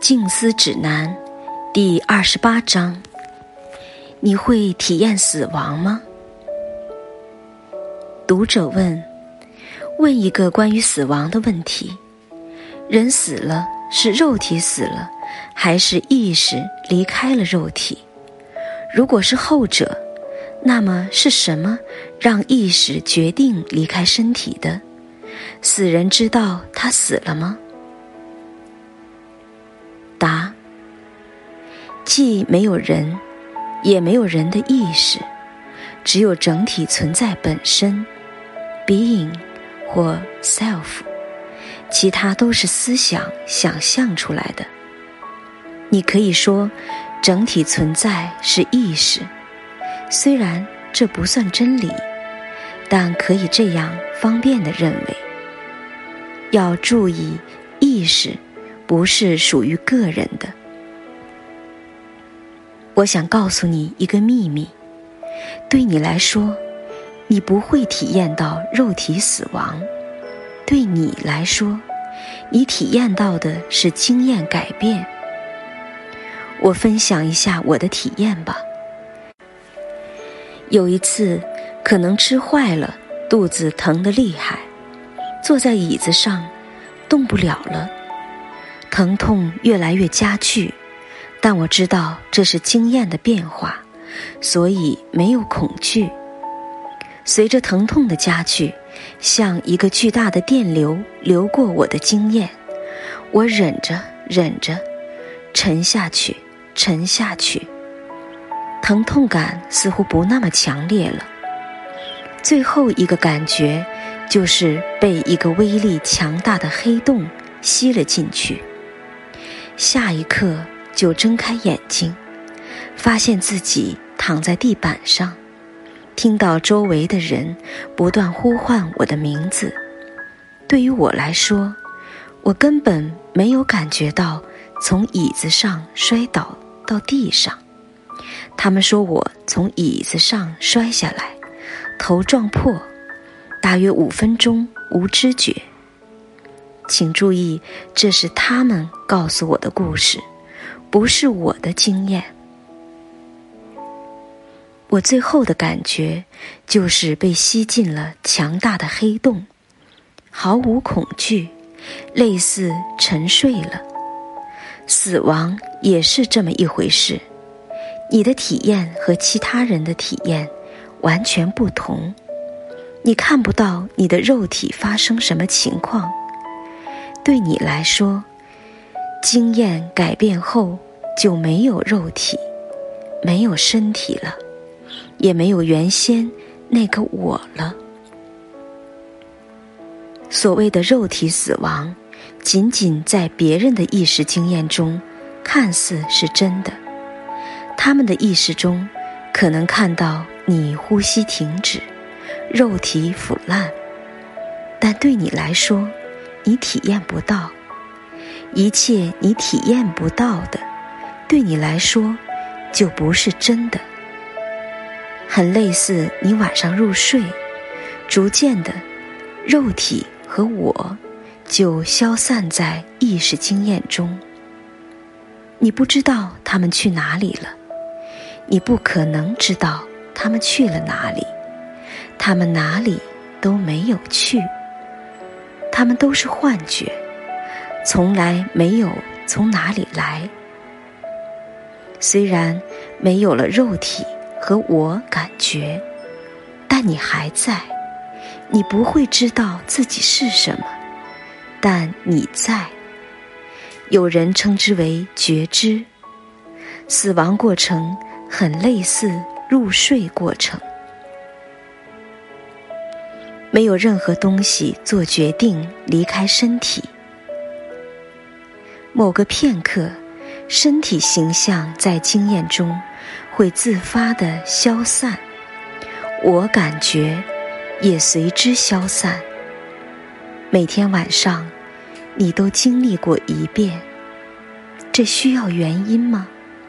静思指南第28章，你会体验死亡吗？读者问一个关于死亡的问题：人死了，是肉体死了，还是意识离开了肉体？如果是后者，那么是什么让意识决定离开身体的？死人知道他死了吗？答：既没有人，也没有人的意识，只有整体存在本身 being 或 self， 其他都是思想想象出来的。你可以说整体存在是意识，虽然这不算真理，但可以这样方便地认为。要注意，意识不是属于个人的。我想告诉你一个秘密，对你来说，你不会体验到肉体死亡。对你来说，你体验到的是经验改变。我分享一下我的体验吧。有一次，可能吃坏了，肚子疼得厉害，坐在椅子上动不了了，疼痛越来越加剧，但我知道这是经验的变化，所以没有恐惧。随着疼痛的加剧，像一个巨大的电流流过我的经验，我忍着沉下去，疼痛感似乎不那么强烈了。最后一个感觉就是被一个威力强大的黑洞吸了进去。下一刻就睁开眼睛，发现自己躺在地板上，听到周围的人不断呼唤我的名字。对于我来说，我根本没有感觉到从椅子上摔倒到地上。他们说我从椅子上摔下来，头撞破，大约5分钟无知觉。请注意，这是他们告诉我的故事，不是我的经验。我最后的感觉就是被吸进了强大的黑洞，毫无恐惧，类似沉睡了。死亡也是这么一回事，你的体验和其他人的体验完全不同。你看不到你的肉体发生什么情况。对你来说，经验改变后就没有肉体，没有身体了，也没有原先那个我了。所谓的肉体死亡，仅仅在别人的意识经验中看似是真的。他们的意识中可能看到你呼吸停止，肉体腐烂，但对你来说，你体验不到。一切你体验不到的，对你来说就不是真的。很类似你晚上入睡，逐渐的，肉体和我就消散在意识经验中。你不知道他们去哪里了，你不可能知道他们去了哪里，他们哪里都没有去，他们都是幻觉，从来没有从哪里来。虽然没有了肉体和我感觉，但你还在。你不会知道自己是什么，但你在。有人称之为觉知。死亡过程很类似入睡过程。没有任何东西做决定离开身体。某个片刻，身体形象在经验中会自发地消散，我感觉也随之消散。每天晚上，你都经历过一遍，这需要原因吗？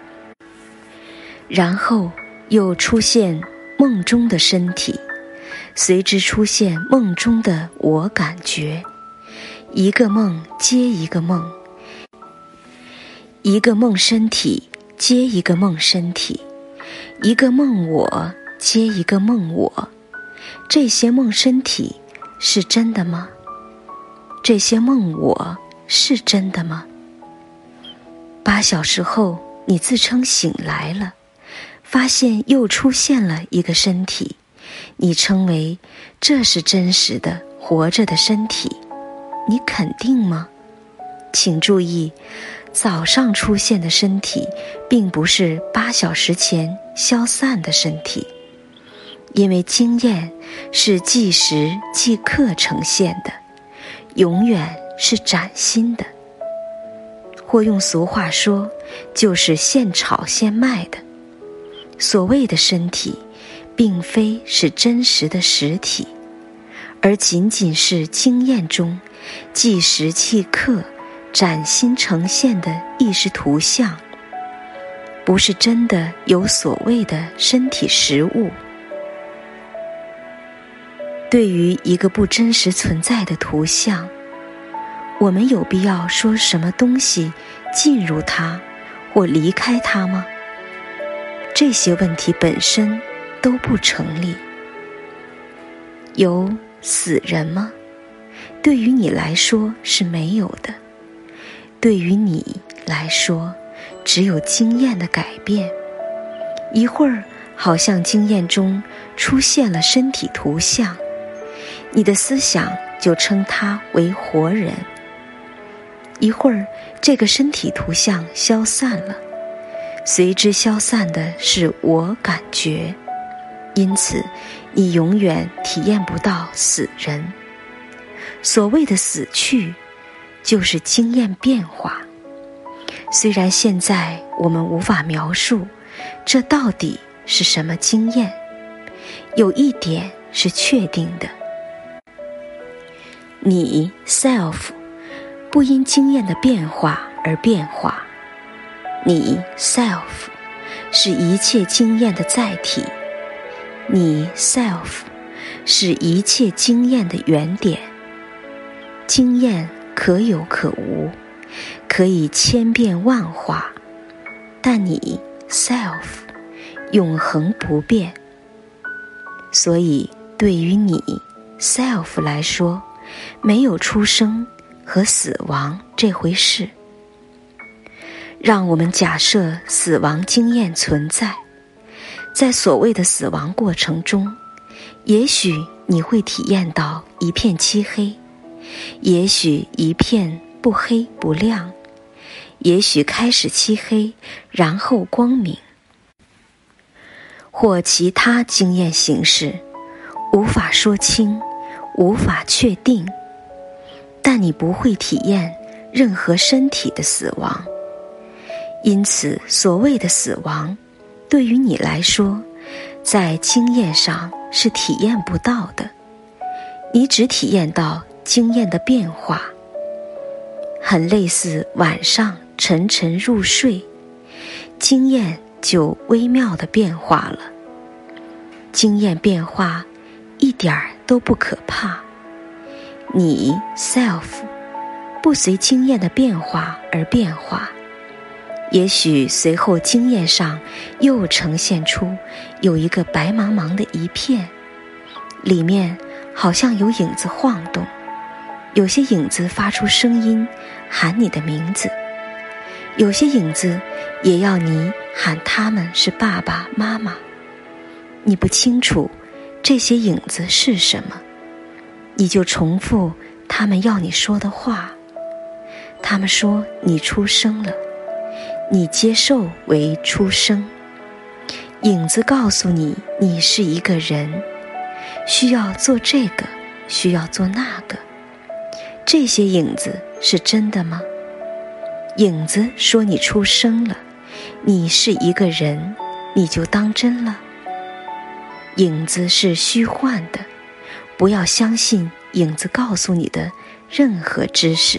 然后又出现梦中的身体，随之出现梦中的我感觉，一个梦接一个梦， 一个梦身体接一个梦身体，一个梦我接一个梦我。这些梦身体是真的吗？这些梦我是真的吗？8小时后，你自称醒来了，发现又出现了一个身体，你称为这是真实的活着的身体，你肯定吗？请注意，早上出现的身体并不是8小时前消散的身体，因为经验是即时即刻呈现的，永远是崭新的，或用俗话说，就是现炒现卖的。所谓的身体并非是真实的实体，而仅仅是经验中即时即刻崭新呈现的意识图像，不是真的有所谓的身体实物。对于一个不真实存在的图像，我们有必要说什么东西进入它或离开它吗？这些问题本身都不成立。有死人吗？对于你来说是没有的。对于你来说，只有经验的改变。一会儿好像经验中出现了身体图像，你的思想就称它为活人。一会儿这个身体图像消散了，随之消散的是我感觉，因此你永远体验不到死人。所谓的死去，就是经验变化。虽然现在我们无法描述这到底是什么经验，有一点是确定的，你 self 不因经验的变化而变化，你 self 是一切经验的载体，你 self 是一切经验的原点。经验可有可无，可以千变万化，但你 self 永恒不变。所以对于你 self 来说，没有出生和死亡这回事。让我们假设死亡经验存在，在所谓的死亡过程中，也许你会体验到一片漆黑，也许一片不黑不亮，也许开始漆黑，然后光明，或其他经验形式，无法说清，无法确定。但你不会体验任何身体的死亡，因此所谓的死亡，对于你来说，在经验上是体验不到的，你只体验到经验的变化，很类似晚上沉沉入睡，经验就微妙的变化了。经验变化一点儿都不可怕，你 self 不随经验的变化而变化，也许随后经验上又呈现出有一个白茫茫的一片，里面好像有影子晃动，有些影子发出声音喊你的名字，有些影子也要你喊他们是爸爸妈妈。你不清楚这些影子是什么，你就重复他们要你说的话。他们说你出生了，你接受为出生。影子告诉你你是一个人，需要做这个，需要做那个。这些影子是真的吗？影子说你出生了，你是一个人，你就当真了？影子是虚幻的，不要相信影子告诉你的任何知识。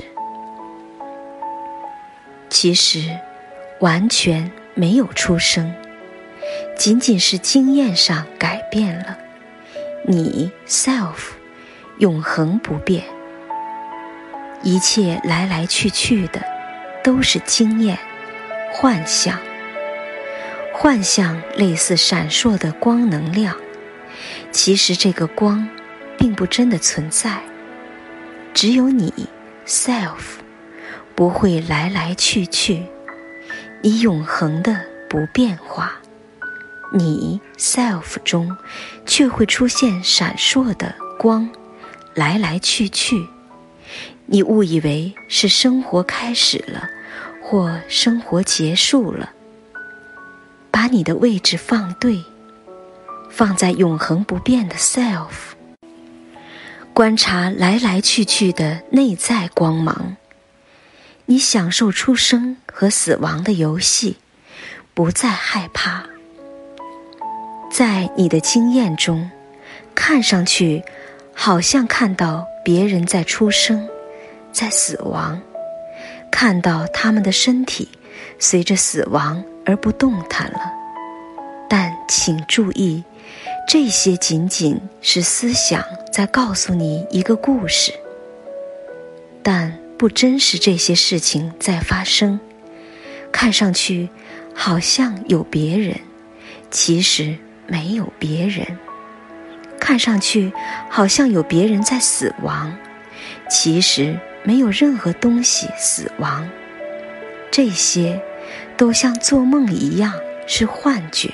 其实完全没有出生，仅仅是经验上改变了，你 self 永恒不变。一切来来去去的都是经验， 幻象。幻象类似闪烁的光能量，其实这个光并不真的存在，只有你 self 不会来来去去，你永恒的不变化，你 self 中却会出现闪烁的光，来来去去，你误以为是生活开始了，或生活结束了。把你的位置放对，放在永恒不变的 self， 观察来来去去的内在光芒。你享受出生和死亡的游戏，不再害怕。在你的经验中，看上去好像看到别人在出生，在死亡，看到他们的身体随着死亡而不动弹了。但请注意，这些仅仅是思想在告诉你一个故事，但不真实这些事情在发生。看上去好像有别人，其实没有别人。看上去好像有别人在死亡，其实没有任何东西死亡。这些都像做梦一样，是幻觉。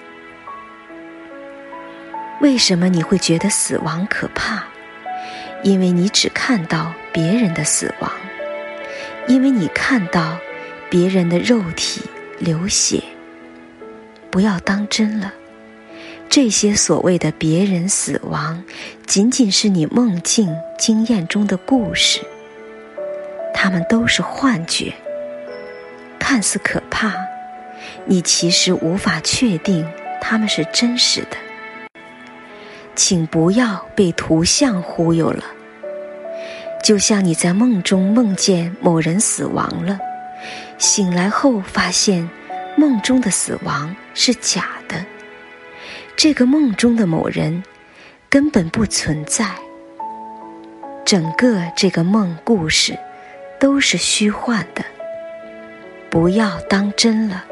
为什么你会觉得死亡可怕？因为你只看到别人的死亡，因为你看到别人的肉体流血。不要当真了，这些所谓的别人死亡，仅仅是你梦境经验中的故事，它们都是幻觉。看似可怕，你其实无法确定它们是真实的。请不要被图像忽悠了。就像你在梦中梦见某人死亡了，醒来后发现梦中的死亡是假的，这个梦中的某人根本不存在，整个这个梦故事都是虚幻的。不要当真了。